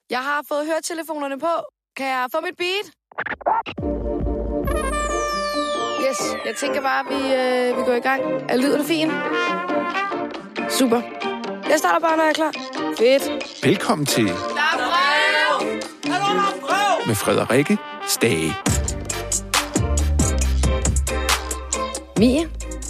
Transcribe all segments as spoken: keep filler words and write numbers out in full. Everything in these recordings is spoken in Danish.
Jeg har fået høretelefonerne på. Kan jeg få mit beat? Yes, jeg tænker bare, at vi, øh, vi går i gang. Er lyden fin? Super. Jeg starter bare, når jeg er klar. Fedt. Velkommen til... Der er brev! Hallo, der er brev! Med Frederikke Stage. Mie,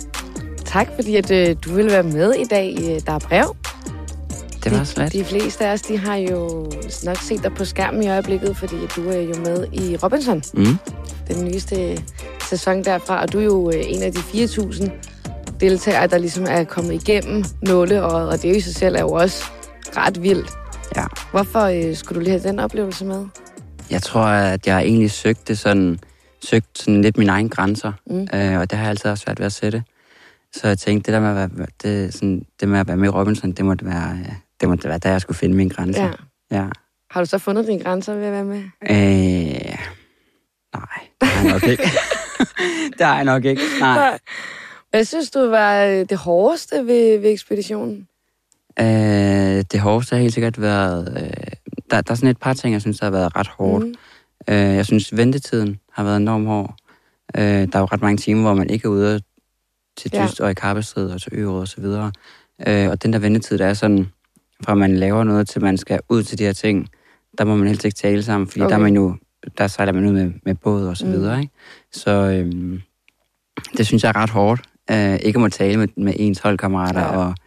tak fordi at, øh, du ville være med i dag. Der er brev. Det var slet. De, de fleste af os, de har jo nok set dig på skærmen i øjeblikket, fordi du er jo med i Robinson. Mm. Den nyeste sæson derfra, og du er jo en af de fire tusind deltagere, der ligesom er kommet igennem nåleåret, og det er jo i sig selv er jo også ret vildt. Ja. Hvorfor øh, skulle du lige have den oplevelse med? Jeg tror, at jeg egentlig søgte sådan, søgt sådan lidt mine egne grænser, mm. øh, og det har jeg altid også svært ved at sætte. Så jeg tænkte, det der med at være, det, sådan, det med, at være med i Robinson, det måtte være, det måtte være, der jeg skulle finde mine grænser. Ja. Ja. Har du så fundet dine grænser ved at være med? Øh, nej, det har jeg nok ikke. det har jeg nok ikke, nej. nej. Hvad synes du var det hårdeste ved, ved ekspeditionen? Øh, det hårdeste har helt sikkert været... Øh, der, der er sådan et par ting, jeg synes, der har været ret hårdt. Mm. Øh, jeg synes, ventetiden har været enormt hård. Øh, der er jo ret mange timer, hvor man ikke er ude til dyst ja. og i Kappestrid og til Øret og så videre. Øh, og den der ventetid, der er sådan, fra man laver noget, til man skal ud til de her ting, der må man helst ikke tale sammen, fordi okay. der er man jo, der sejler man ud med, med båd og så mm. videre, ikke? Så øh, det synes jeg er ret hårdt. Øh, ikke at må tale med, med ens holdkammerater, ja. og,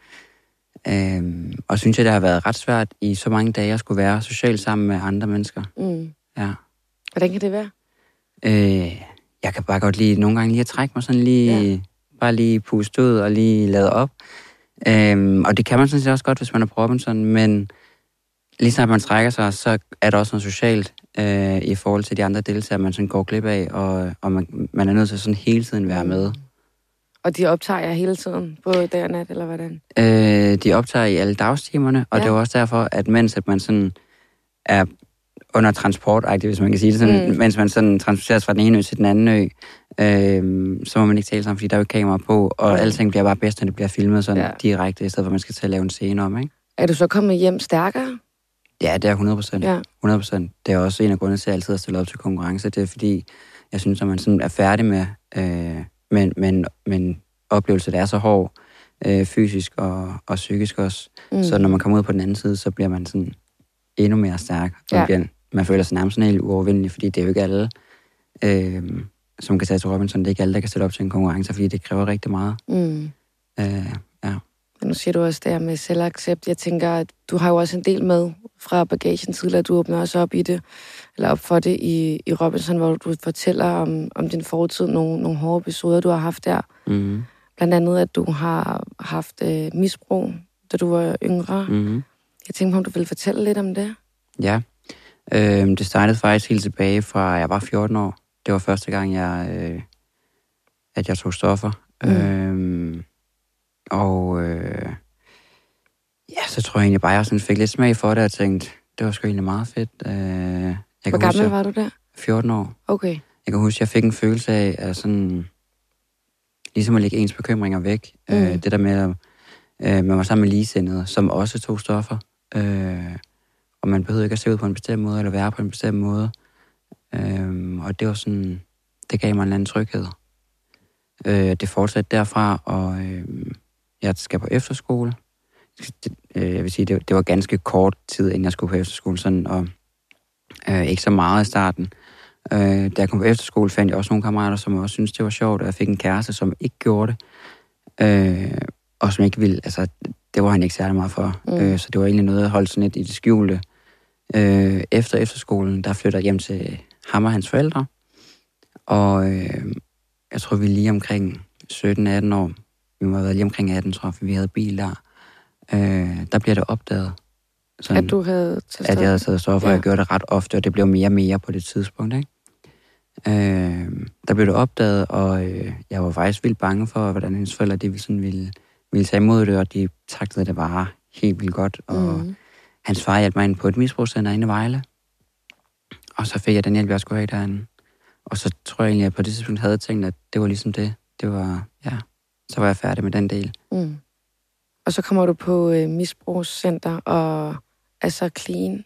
øh, og synes jeg, det har været ret svært i så mange dage at skulle være socialt sammen med andre mennesker. Mm. Ja. Hvordan kan det være? Øh, jeg kan bare godt lide nogle gange lige at trække mig sådan lige, ja. bare lige puste ud og lige lade op. Øh, og det kan man sådan set også godt, hvis man er på Robinson, men lige snart man trækker sig, så er der også noget socialt øh, i forhold til de andre deltagere, man sådan går glip af, og, og man, man er nødt til sådan hele tiden være med. Og de optager jer hele tiden, både dag og nat, eller hvordan? Øh, de optager i alle dagstimerne, og ja. det er også derfor, at mens at man sådan er under transportagtigt, hvis man kan sige det sådan, mm. mens man sådan transporteres fra den ene ø til den anden ø, øh, så må man ikke tale sammen, fordi der er jo kamera på, og mm. alting bliver bare bedst, når det bliver filmet sådan ja. direkte, i stedet for at man skal til at lave en scene om, ikke? Er du så kommet hjem stærkere? Ja, det er hundrede procent. Ja. hundrede procent. Det er også en af grundene til, at jeg altid har stillet op til konkurrence. Det er fordi, jeg synes, at man sådan er færdig med, øh, men, men, men oplevelse, der er så hård, øh, fysisk og, og psykisk også. Mm. Så når man kommer ud på den anden side, så bliver man sådan endnu mere stærk. Ja. Bliver, man føler sig nærmest sådan helt uovervindelig, fordi det er jo ikke alle, øh, som kan tage til Robinson. Det er ikke alle, der kan stille op til en konkurrence, fordi det kræver rigtig meget. Mm. Øh, ja. Nu siger du også det her med selvaccept. Jeg tænker, at du har jo også en del med fra bagagen tidligere. Du åbner også op i det, eller op for det i, i Robinson, hvor du fortæller om, om din fortid, nogle, nogle hårde episoder, du har haft der. Mm. Blandt andet, at du har haft øh, misbrug, da du var yngre. Mm. Jeg tænker på, om du vil fortælle lidt om det? Ja. Øh, det startede faktisk helt tilbage fra, jeg var fjorten år. Det var første gang, jeg, øh, at jeg tog stoffer. Mm. Øh, Og øh, ja, så tror jeg egentlig bare, at jeg sådan fik lidt smag for det, og tænkte, det var sgu egentlig meget fedt. Øh, jeg Hvor gammel huske, var du der? fjorten år. Okay. Jeg kan huske, at jeg fik en følelse af, at sådan, ligesom at lægge ens bekymringer væk. Mm. Øh, det der med, at øh, man var sammen med ligesindede, som også tog stoffer. Øh, og man behøvede ikke at se ud på en bestemt måde, eller være på en bestemt måde. Øh, og det var sådan, det gav mig en eller anden tryghed. Øh, det fortsatte derfra, og øh, jeg skal på efterskole. Det, øh, jeg vil sige, det, det var ganske kort tid, inden jeg skulle på efterskole, sådan, og øh, ikke så meget i starten. Øh, da jeg kom på efterskole, fandt jeg også nogle kammerater, som også syntes, det var sjovt, og jeg fik en kæreste, som ikke gjorde det. Øh, og som ikke ville, altså, det var han ikke særlig meget for. Mm. Øh, så det var egentlig noget, jeg holdt sådan lidt i det skjulte. Øh, efter efterskolen, der flytter jeg hjem til ham og hans forældre. Og øh, jeg tror, vi lige omkring sytten atten år, vi må have været lige omkring atten, tror jeg, for vi havde bil der. Øh, der bliver det opdaget. Sådan, at du havde taget At jeg havde taget stoffer, og ja. jeg gjorde det ret ofte, og det blev mere og mere på det tidspunkt, ikke? Øh, der blev det opdaget, og øh, jeg var faktisk vildt bange for, hvordan hendes forældre de sådan ville, ville tage imod det, og de taktede det bare helt vildt godt. Og mm. hans far hjalp mig ind på et misbrugscenter inde i Vejle. Og så fik jeg den hjælp, jeg skulle have derinde. Og så tror jeg egentlig, at jeg på det tidspunkt havde tænkt, at det var ligesom det. Det var, ja, så var jeg færdig med den del. Mm. Og så kommer du på øh, misbrugscenter og er så clean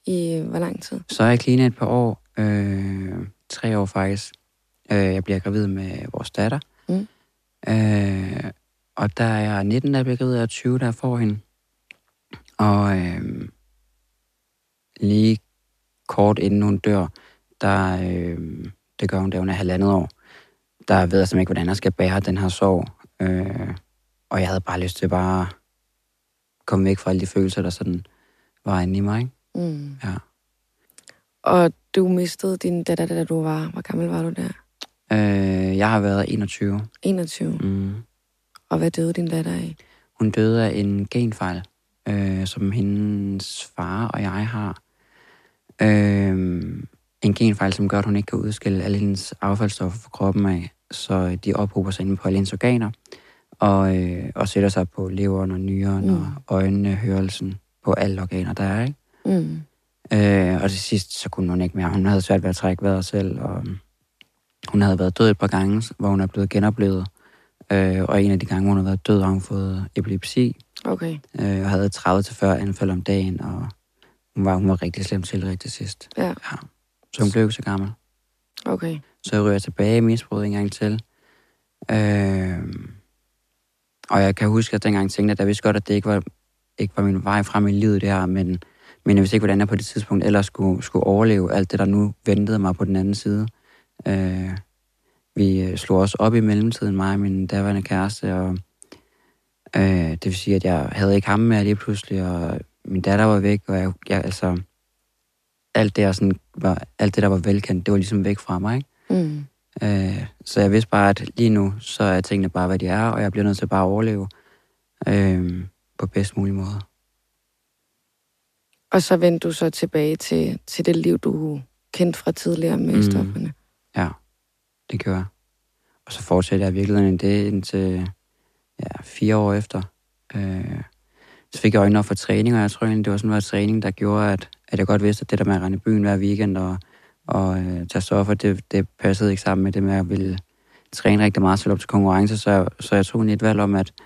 i hvor lang tid? Så er jeg clean et par år. Øh, tre år faktisk. Øh, jeg bliver gravid med vores datter. Mm. Øh, og der er jeg nitten, der bliver gravid, og tyve, der får hende. Og øh, lige kort inden hun dør, der, øh, det gør hun, da hun er halvandet år, der ved jeg simpelthen ikke, hvordan jeg skal bære den her sorg. Øh, og jeg havde bare lyst til bare at komme væk fra alle de følelser, der sådan var inde i mig. Ikke? Mm. Ja. Og du mistede din datter, da du var... Hvor gammel var du der? Øh, jeg har været enogtyve. enogtyve? Mm. Og hvad døde din datter af? Hun døde af en genfejl, øh, som hendes far og jeg har. Øh, en genfejl, som gør, at hun ikke kan udskille alle hendes affaldsstoffer fra kroppen af, så de ophober sig inde på alle hendes organer, og, øh, og sætter sig på leveren og nyren mm. og øjnene, hørelsen, på alle organer, der er, ikke? Mm. Øh, og til sidst, så kunne hun ikke mere. Hun havde svært ved at trække vejret selv, og hun havde været død et par gange, hvor hun er blevet genoplevet. Øh, og en af de gange, hun havde været død, har hun fået epilepsi. Okay. Øh, og havde tredive til fyrre anfald om dagen, og hun var, hun var rigtig slemt til rigtig sidst. Ja. Ja. Så hun blev ikke så gammel. Okay. Så jeg ryger tilbage i misbruget en gang til. Øh, og jeg kan huske, at dengang tænkte, at jeg vidste godt, at det ikke var, ikke var min vej frem i livet, det her, men, men jeg vidste ikke, hvordan jeg på det tidspunkt ellers skulle, skulle overleve alt det, der nu ventede mig på den anden side. Øh, vi slog os op i mellemtiden, mig og min daværende kæreste, og øh, det vil sige, at jeg havde ikke ham med lige pludselig, og min datter var væk, og jeg, jeg altså, alt det, der sådan var, alt det, der var velkendt, det var ligesom væk fra mig, ikke? Mm. Øh, så jeg vidste bare, at lige nu, så er tingene bare, hvad de er, og jeg bliver nødt til bare at overleve øh, på bedst mulig måde. Og så vendte du så tilbage til, til det liv, du kendte fra tidligere med mm. stofferne. Ja, det gjorde jeg. Og så fortsatte jeg virkelig det indtil ja, fire år efter. Øh, så fik jeg øjnene op for træning, og jeg tror egentlig, det var sådan en træning, der gjorde, at, at jeg godt vidste, at det der med at rende i byen hver weekend og, og øh, tage stoffer, det, det passede ikke sammen med det med at ville træne rigtig meget selv op til konkurrence. Så, så jeg tog en et valg om, at,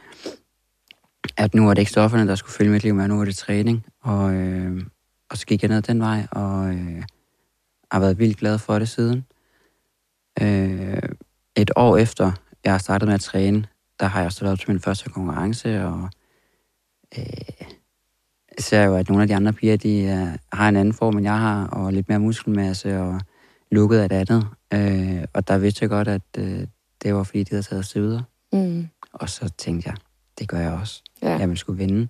at nu var det ikke stofferne, der skulle følge mit liv, men nu var det træning. Og, øh, og så gik jeg ned den vej, og øh, har været vildt glad for det siden. Øh, et år efter, jeg har startet med at træne, der har jeg stået op til min første konkurrence, og øh, ser jo, at nogle af de andre piger, de øh, har en anden form, end jeg har, og lidt mere muskelmasse, og lukket af det andet. Øh, og der vidste jeg godt, at øh, det var, fordi de havde taget sig videre. Mm. Og så tænkte jeg, det gør jeg også. Ja. Jeg vil skulle vinde.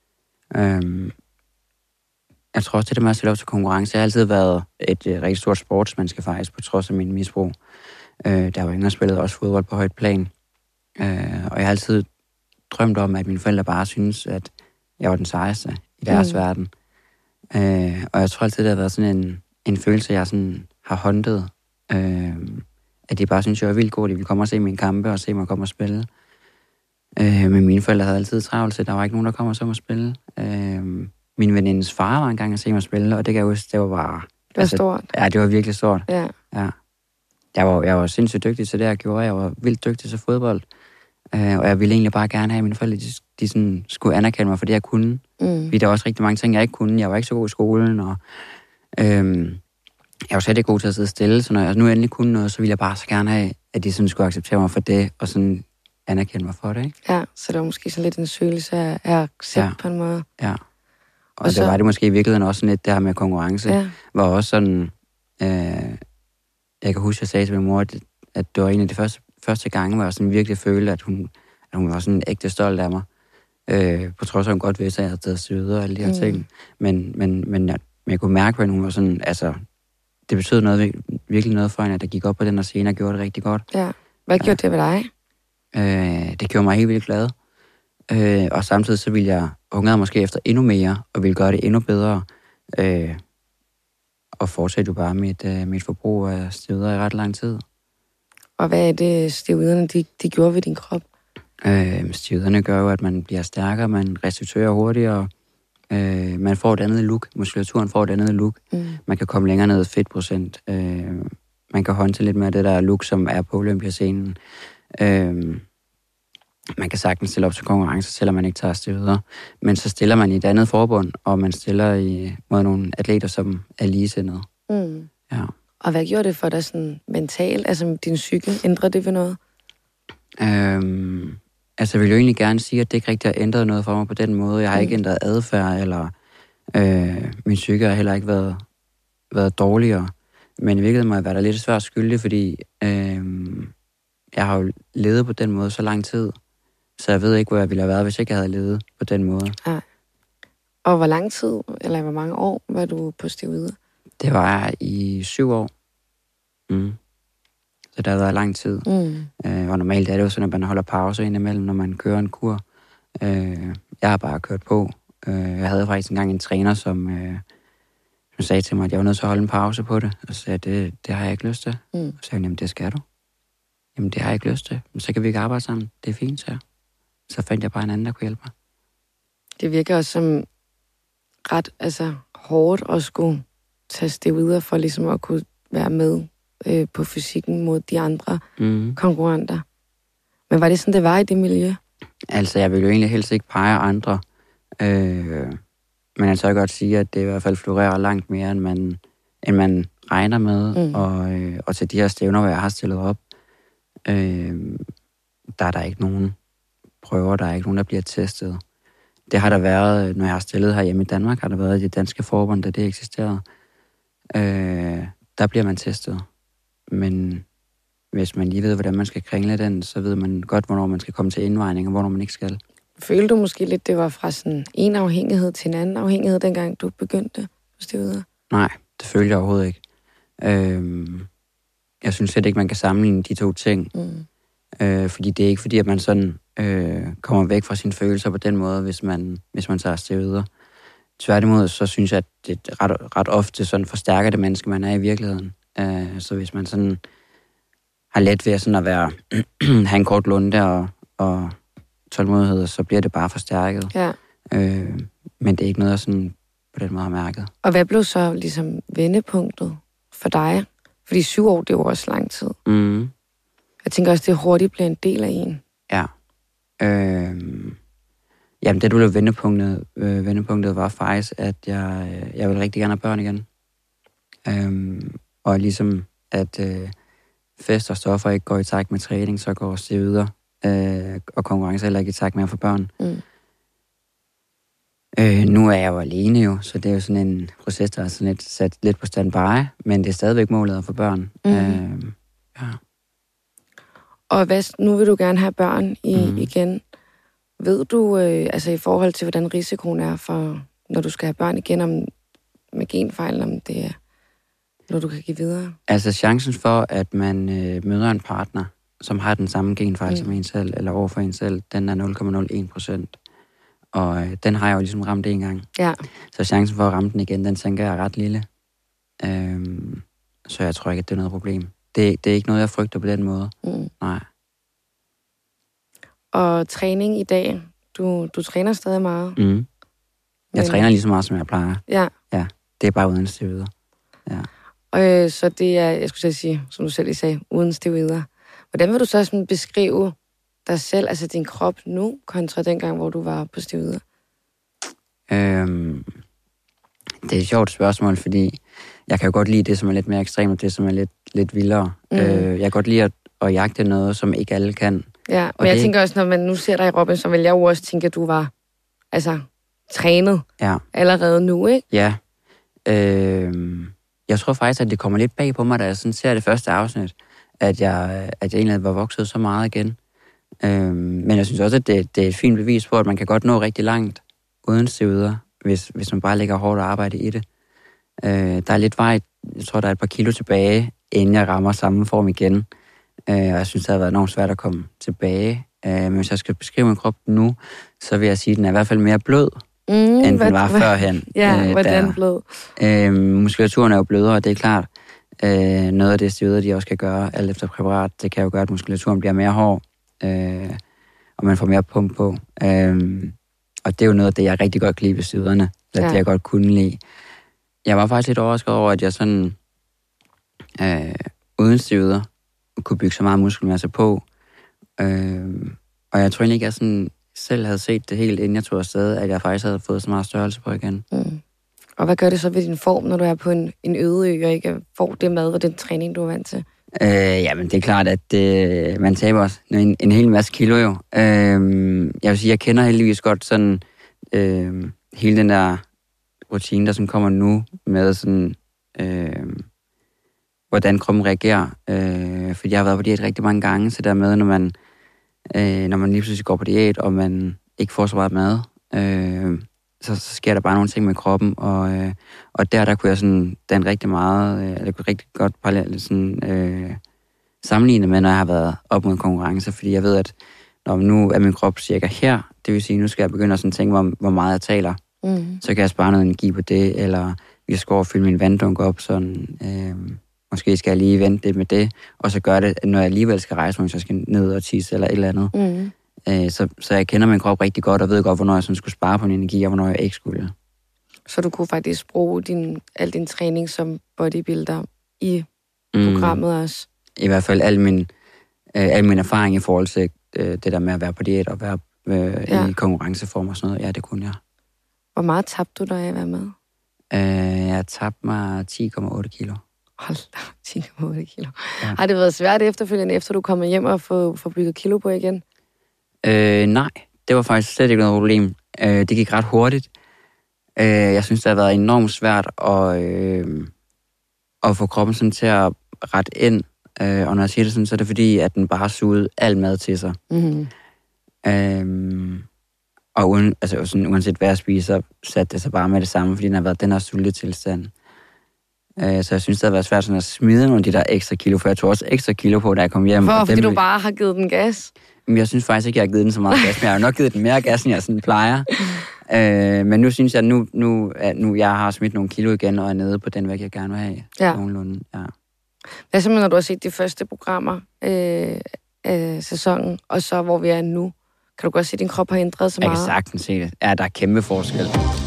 Øh, jeg tror også, det der med at stille op til konkurrence, jeg har altid været et øh, rigtig stort sportsmenneske faktisk, på trods af min misbrug. Øh, der var ingen, der spillede også fodbold på højt plan. Øh, og jeg har altid drømt om, at mine forældre bare synes, at jeg var den sejeste i deres mm. verden. Øh, og jeg tror altid, det har været sådan en, en følelse, jeg sådan har håndtet. Øh, at de bare synes, jeg var vildt god, de ville komme og se mine kampe og se mig komme og spille. Øh, men mine forældre havde altid travlt, så der var ikke nogen, der kom og så mig spille. Øh, min venindes far var engang at se mig spille, og det kan jeg huske, det var bare... Det var altså, stort. Ja, det var virkelig stort. Ja. Ja. Jeg var, jeg var sindssygt dygtig til det, jeg gjorde. Jeg var vildt dygtig til fodbold. Uh, og jeg ville egentlig bare gerne have, at mine forældre de, de sådan, skulle anerkende mig for det, jeg kunne. Mm. Fordi der var også rigtig mange ting, jeg ikke kunne. Jeg var ikke så god i skolen, og øhm, jeg var slet ikke god til at sidde stille. Så når jeg nu endelig kunne noget, så ville jeg bare så gerne have, at de sådan skulle acceptere mig for det, og sådan anerkende mig for det, ikke? Ja, så det var måske sådan lidt en følelse af, af accept ja. På en måde. Ja. Og, og så... det var det måske i virkeligheden også sådan lidt der med konkurrence. Ja. Var også sådan... Øh, jeg kan huske, at jeg sagde til min mor, at, at det var en af de første, første gange, hvor jeg sådan virkelig følte, at hun, at hun var sådan ægte stolt af mig. Øh, på trods af, at hun godt vidste, at jeg havde taget syder og alle de her mm. ting. Men, men, men, jeg, men jeg kunne mærke, at hun var sådan... Altså, det betød noget, virkelig noget for hende, at jeg gik op på den her scene og gjorde det rigtig godt. Ja. Hvad gjorde ja. Det ved dig? Øh, det gjorde mig helt vildt glad. Øh, og samtidig så ville jeg hungrede måske efter endnu mere, og ville gøre det endnu bedre. Øh, og fortsætte jo bare mit, øh, mit forbrug af steroider i ret lang tid. Og hvad er det, steroiderne de, de gjorde ved din krop? Øh, steroiderne gør jo, at man bliver stærkere, man restituerer hurtigere, øh, man får et andet look, muskulaturen får et andet look. Mm. Man kan komme længere ned i fedtprocent. Øh, man kan håndtere lidt mere det der look, som er på Olympiascenen. Øh, man kan sagtens stille op til konkurrence, selvom man ikke tager afsted videre. Men så stiller man i et andet forbund, og man stiller i, mod nogle atleter, som er ligesindede. Mm. Ja. Og hvad gjorde det for dig sådan mentalt? Altså din psyke, ændrede det ved noget? Øhm, altså jeg vil jo egentlig gerne sige, at det ikke rigtig har ændret noget for mig på den måde. Jeg har mm. ikke ændret adfærd, eller øh, min psyke har heller ikke været, været dårligere. Men i virkeligheden må jeg være der lidt svært skyldig, fordi øh, jeg har jo levet på den måde så lang tid. Så jeg ved ikke, hvor jeg ville have været, hvis jeg ikke havde levet på den måde. Ja. Og hvor lang tid, eller hvor mange år, var du på steroider? Det var jeg i syv år. Mm. Så det har været lang tid. Mm. Øh, og normalt er det jo sådan, at man holder pause indimellem, når man kører en kur. Øh, jeg har bare kørt på. Øh, jeg havde faktisk engang en træner, som, øh, som sagde til mig, at jeg var nødt til at holde en pause på det. Og så sagde jeg, det, det har jeg ikke lyst til. Mm. Og så sagde jeg, jamen det skal du. Jamen det har jeg ikke lyst til. Men så kan vi ikke arbejde sammen. Det er fint, så. Så fandt jeg bare en anden, der kunne hjælpe mig. Det virker også som ret altså, hårdt at skulle tage steroider for ligesom at kunne være med øh, på fysikken mod de andre mm. konkurrenter. Men var det sådan, det var i det miljø? Altså, jeg vil jo egentlig helst ikke pege andre. Øh, men jeg tør godt sige, at det i hvert fald florerer langt mere, end man, end man regner med. Mm. Og, øh, og til de her stævner, hvor jeg har stillet op, øh, der er der ikke nogen prøver, der er ikke nogen, der bliver testet. Det har der været, når jeg har stillet her hjemme i Danmark, har der været i det danske forbund, da det eksisterede. Øh, der bliver man testet. Men hvis man lige ved, hvordan man skal kringle den, så ved man godt, hvornår man skal komme til indvejning, og hvornår man ikke skal. Følte du måske lidt, det var fra sådan en afhængighed til en anden afhængighed, dengang du begyndte på steroider? Nej, det følte jeg overhovedet ikke. Øh, jeg synes slet ikke, man kan sammenligne de to ting. Mm. Øh, fordi det er ikke fordi, at man sådan øh, kommer væk fra sine følelser på den måde, hvis man, hvis man tager steroider. Tværtimod, så synes jeg, at det ret, ret ofte sådan forstærker det menneske, man er i virkeligheden. Øh, så hvis man sådan har let ved sådan at være, have en kort lunde og, og tålmodighed, så bliver det bare forstærket. Ja. Øh, men det er ikke noget, jeg sådan på den måde har mærket. Og hvad blev så ligesom vendepunktet for dig? Fordi syv år, det er jo også lang tid. Mm. Jeg tænker også, det hurtigt bliver en del af en. Ja. Øh, jamen, det du blev vendepunktet, øh, vendepunktet var faktisk, at jeg, jeg ville rigtig gerne have børn igen. Øh, og ligesom, at øh, fest og stoffer ikke går i takt med træning, så går steroider øh, og konkurrence heller ikke i takt med at få børn. Mm. Øh, nu er jeg jo alene jo, så det er jo sådan en proces, der er sådan lidt sat lidt på standby, men det er stadigvæk målet at få børn. Mm. Øh, ja. Og hvad, nu vil du gerne have børn i, mm. igen. Ved du, øh, altså i forhold til, hvordan risikoen er for, når du skal have børn igen, om med genfejl, om det er noget, du kan give videre? Altså chancen for, at man øh, møder en partner, som har den samme genfejl mm. som en selv, eller over for en selv, den er nul komma nul en procent. Og øh, den har jeg jo ligesom ramt en gang. Ja. Så chancen for at ramme den igen, den tænker jeg er ret lille. Øhm, så jeg tror ikke, at det er noget problem. Det, det er ikke noget, jeg frygter på den måde. Mm. Nej. Og træning i dag, du, du træner stadig meget? Mm. Jeg Men... træner lige så meget, som jeg plejer. Ja. Ja, det er bare uden steroider. Ja. Og, øh, så det er, jeg skulle sige, som du selv lige sagde, uden steroider. Hvordan vil du så sådan beskrive dig selv, altså din krop nu, kontra dengang, hvor du var på steroider? Øhm, det er et sjovt spørgsmål, fordi jeg kan jo godt lide det, som er lidt mere ekstremt, og det, som er lidt, lidt vildere. Mm. Øh, jeg kan godt lide at, at jagte noget, som ikke alle kan. Ja, men og jeg det... tænker også, når man nu ser dig i Robin, så vil jeg jo også tænke, at du var altså trænet ja. allerede nu, ikke? Ja. Øh, jeg tror faktisk, at det kommer lidt bag på mig, da jeg sådan ser det første afsnit, at jeg, at jeg egentlig var vokset så meget igen. Øh, men jeg synes også, at det, det er et fint bevis på, at man kan godt nå rigtig langt uden steroider, hvis, hvis man bare lægger hårdt arbejde i det. Øh, der er lidt vej, jeg tror, der er et par kilo tilbage, inden jeg rammer samme form igen. Øh, og jeg synes, det har været enormt svært at komme tilbage. Øh, men hvis jeg skal beskrive min krop nu, så vil jeg sige, at den er i hvert fald mere blød, mm, end hvad, den var hvad, førhen. Ja, øh, hvordan blød? Øh, muskulaturen er jo blødere, det er klart. Øh, noget af det steroider, de også kan gøre, alt efter præparat, det kan jo gøre, at muskulaturen bliver mere hård, øh, og man får mere pump på. Øh, og det er jo noget af det, jeg rigtig godt kan lide ved steroiderne. Det ja. jeg godt kunne lide. Jeg var faktisk lidt overrasket over, at jeg sådan øh, uden steroider kunne bygge så meget muskelmasse på. Øh, og jeg tror egentlig ikke, jeg sådan selv havde set det helt, inden jeg tog afsted, at jeg faktisk havde fået så meget størrelse på igen. Mm. Og hvad gør det så ved din form, når du er på en, en øde ø, og ikke får det mad og den træning, du er vant til? Øh, jamen, det er klart, at øh, man taber også en, en hel masse kilo jo. Øh, jeg vil sige, jeg kender heldigvis godt sådan øh, hele den der rutine, der sådan kommer nu med sådan, øh, hvordan kroppen reagerer. Øh, fordi jeg har været på diæt rigtig mange gange, så der med, når man, øh, når man lige pludselig går på diæt, og man ikke får så meget mad, øh, så, så sker der bare nogle ting med kroppen, og, øh, og der, der kunne jeg sådan, den rigtig meget, øh, eller kunne rigtig godt parallelt sådan, øh, sammenligne med, når jeg har været op mod konkurrence, fordi jeg ved, at når nu er min krop cirka her, det vil sige, nu skal jeg begynde at sådan tænke, hvor, hvor meget jeg taler, mm. så kan jeg spare noget energi på det, eller jeg skal over og fylde min vanddunk op, sådan, øh, måske skal jeg lige vente lidt med det, og så gør det, når jeg alligevel skal rejse, hvis jeg skal ned og tisse, eller et eller andet. Mm. Så, så jeg kender min krop rigtig godt, og ved godt, hvornår jeg sådan skulle spare på min energi, og hvornår jeg ikke skulle. Så du kunne faktisk bruge din, al din træning som bodybuilder i programmet mm. også? I hvert fald al min, øh, al min erfaring i forhold til øh, det der med at være på diæt og være øh, ja. i konkurrenceform og sådan noget. Ja, det kunne jeg. Hvor meget tabte du dig af at være med? Øh, jeg tabte mig ti komma otte kilo. Hold da, ti komma otte kilo. Ja. Har det været svært efterfølgende, efter du kommer hjem og får, får bygget kilo på igen? Øh, nej, det var faktisk slet ikke noget problem. Øh, det gik ret hurtigt. Øh, jeg synes, det har været enormt svært at, øh, at få kroppen sådan til at rette ind. Øh, og når jeg siger det sådan, så er det fordi, at den bare sugede al mad til sig. Mm-hmm. Øh, og uden, altså, sådan, uanset hvad jeg spiser, så satte det sig bare med det samme, fordi den har været den her sulte tilstand. Øh, så jeg synes, det har været svært sådan at smide nogle af de der ekstra kilo, for jeg tog også ekstra kilo på, da jeg kom hjem. For, fordi dem, du bare har givet den gas? Men jeg synes faktisk ikke, jeg har givet den så meget gas, men jeg har nok givet den mere gas, end jeg sådan plejer. øh, men nu synes jeg, nu, nu, at nu jeg har smidt nogle kilo igen, og er nede på den vægt, jeg gerne vil have. Ja. Nogenlunde, ja. Hvad så, når du har set de første programmer øh, af sæsonen, og så hvor vi er nu? Kan du godt se, at din krop har ændret så meget? Jeg kan sagtens se det. Ja, der er kæmpe forskel.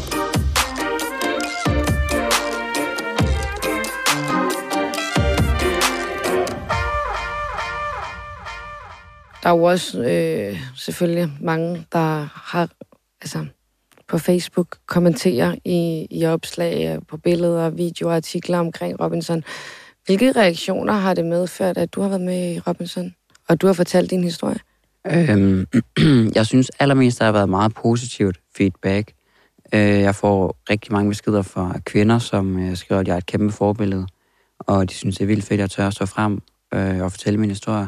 Der er jo også øh, selvfølgelig mange, der har altså, på Facebook kommenterer i, i opslag, på billeder, videoer, artikler omkring Robinson. Hvilke reaktioner har det medført, at du har været med i Robinson, og du har fortalt din historie? Øhm, jeg synes allermest, der har været meget positivt feedback. Jeg får rigtig mange beskeder fra kvinder, som skriver, at jeg er et kæmpe forbillede, og de synes, det er vildt fedt, at jeg tør at stå frem og fortælle min historie.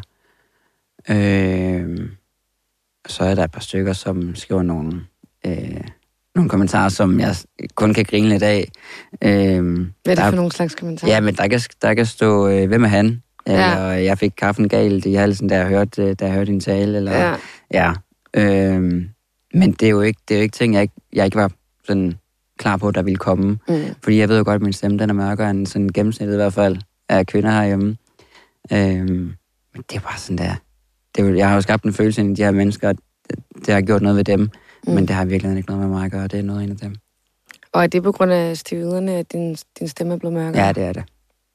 Øh, så er der et par stykker, som skriver nogle, øh, nogle kommentarer, som jeg kun kan grine lidt af. Øh, Hvad er det for der, nogle slags kommentarer? Ja, men der kan, der kan stå, øh, hvem er han? Eller ja. Jeg fik kaffen galt i halsen, da jeg hørte, da jeg hørte din tale. Eller, ja. ja øh, men det er jo ikke, det er jo ikke ting, jeg ikke, jeg ikke var sådan klar på, der ville komme. Mm. Fordi jeg ved jo godt, at min stemme den er mørkere end sådan gennemsnittet i hvert fald af kvinder herhjemme. Øh, men det er bare sådan der. Det, jeg har jo skabt en følelse af de her mennesker, at det har gjort noget ved dem, mm. men det har virkelig ikke noget med mig at gøre, det er noget en af dem. Og er det på grund af steroiderne, at din, din stemme er blevet mørkere? Ja, det er det.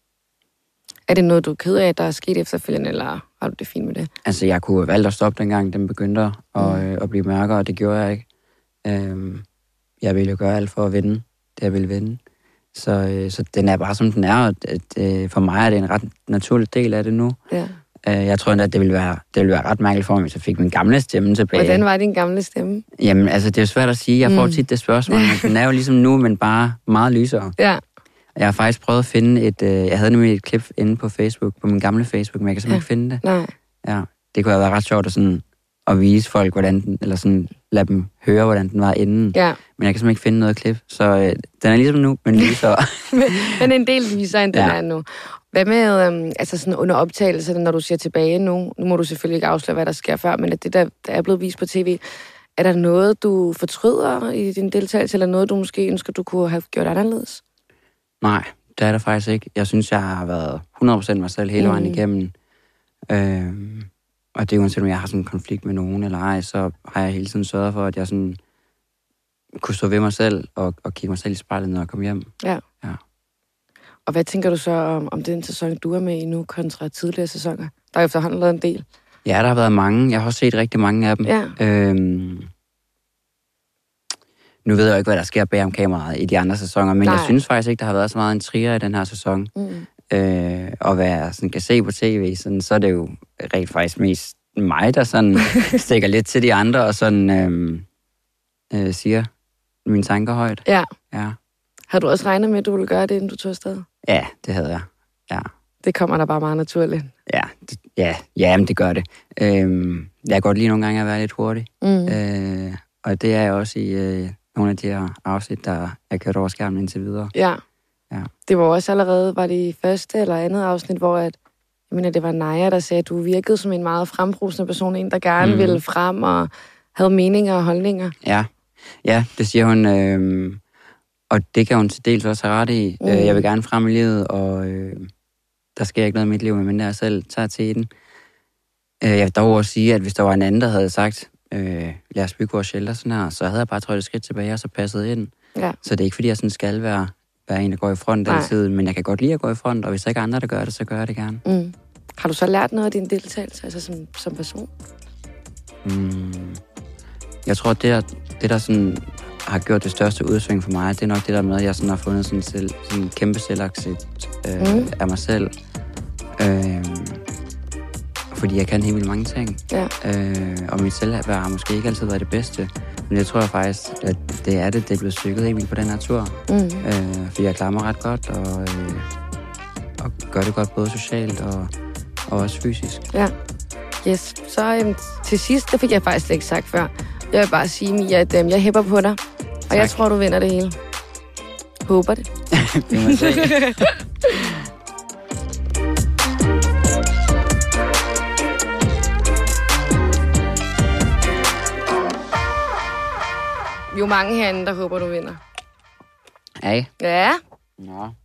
Er det noget, du er ked af, der er sket efterfølgende, eller har du det fint med det? Altså, jeg kunne have valgt at stoppe dengang, den begyndte at, mm. øh, at blive mørkere, og det gjorde jeg ikke. Øhm, jeg ville jo gøre alt for at vinde, det jeg ville vinde. Så, øh, så den er bare, som den er, og at, øh, for mig er det en ret naturlig del af det nu. Ja. Jeg tror endda, at det ville være, det ville være ret mærkeligt for mig, hvis jeg fik min gamle stemme tilbage. Hvordan var din gamle stemme? Jamen, altså, det er jo svært at sige. Jeg får mm. tit det spørgsmål, men den er jo ligesom nu, men bare meget lysere. Ja. Jeg har faktisk prøvet at finde et... Øh, jeg havde nemlig et klip inde på Facebook, på min gamle Facebook, men jeg kan simpelthen ja. ikke finde det. Nej. Ja, det kunne have været ret sjovt at, sådan, at vise folk, hvordan den... Eller sådan, lade dem høre, hvordan den var inden. Ja. Men jeg kan simpelthen ikke finde noget klip. Så øh, den er ligesom nu, men lysere. men en del lysere, end den ja. er nu. Hvad med øhm, altså sådan under optagelserne, når du ser tilbage nu? Nu må du selvfølgelig ikke afsløre, hvad der sker før, men at det, der, der er blevet vist på tv, er der noget, du fortryder i din deltagelse, eller noget, du måske ønsker, du kunne have gjort anderledes? Nej, det er der faktisk ikke. Jeg synes, jeg har været hundrede procent mig selv hele vejen mm. igennem. Øhm, og det er uanset, om jeg har sådan en konflikt med nogen eller ej, så har jeg hele tiden sørget for, at jeg sådan kunne stå ved mig selv og, og kigge mig selv i spejlet, når jeg kom hjem. Ja. Ja. Og hvad tænker du så om, om den sæson, du er med i nu, kontra tidligere sæsoner? Der er efterhånden lavet en del. Ja, der har været mange. Jeg har også set rigtig mange af dem. Ja. Øhm, nu ved jeg jo ikke, hvad der sker bag om kameraet i de andre sæsoner, men Nej. jeg synes faktisk ikke, der har været så meget en trier i den her sæson. Mm. Øh, og hvad jeg sådan kan se på tv, sådan, så er det jo rent faktisk mest mig, der sådan stikker lidt til de andre, og sådan øh, øh, siger mine tanker højt. Ja. ja. Har du også regnet med, at du ville gøre det, inden du tog afsted? Ja, det havde jeg. Ja. Det kommer der bare meget naturligt. Ja, det, ja, ja men det gør det. Øh, jeg kan godt lide nogle gange at være lidt hurtig. Mm. Øh, og det er jeg også i øh, nogle af de her afsnit, der er kørt over skærmen indtil videre. Ja. ja. Det var også allerede, var det i første eller andet afsnit, hvor at, jeg mener, det var Naja, der sagde, at du virkede som en meget frembrusende person, en, der gerne mm. ville frem og havde meninger og holdninger. Ja, ja det siger hun, øh, og det kan hun til dels også have ret i. Mm. Jeg vil gerne frem i livet, og øh, der sker ikke noget i mit liv, medmindre jeg selv tager til den. Jeg vil dog også sige, at hvis der var en anden, der havde sagt, øh, lad os bygge vores shelter sådan her, så havde jeg bare trådt et skridt tilbage og så passet ind. Ja. Så det er ikke, fordi jeg sådan skal være, være en, der går i front altid, men jeg kan godt lide at gå i front, og hvis der ikke er andre, der gør det, så gør jeg det gerne. Mm. Har du så lært noget af din deltagelse, altså som, som person? Mm. Jeg tror, det der, det der sådan har gjort det største udsving for mig, det er nok det der med, at jeg sådan har fundet sådan, selv, sådan en kæmpe selvaccept øh, mm. af mig selv. Øh, fordi jeg kan helt vildt mange ting. Ja. Øh, og mit selvværd har måske ikke altid været det bedste. Men jeg tror faktisk, at det er det, det er blevet stykket helt vildt på den her tur. Mm. Øh, fordi jeg klarer mig ret godt, og, øh, og gør det godt både socialt og, og også fysisk. Ja. Yes. Så øhm, til sidst, det fik jeg faktisk ikke sagt før. Jeg vil bare sige, Mia, at øhm, jeg hæpper på dig. Og tak. Jeg tror, du vinder det hele. Håber det. Det må se. Jo mange herinde, der håber, du vinder. Hey. Ja. Nå.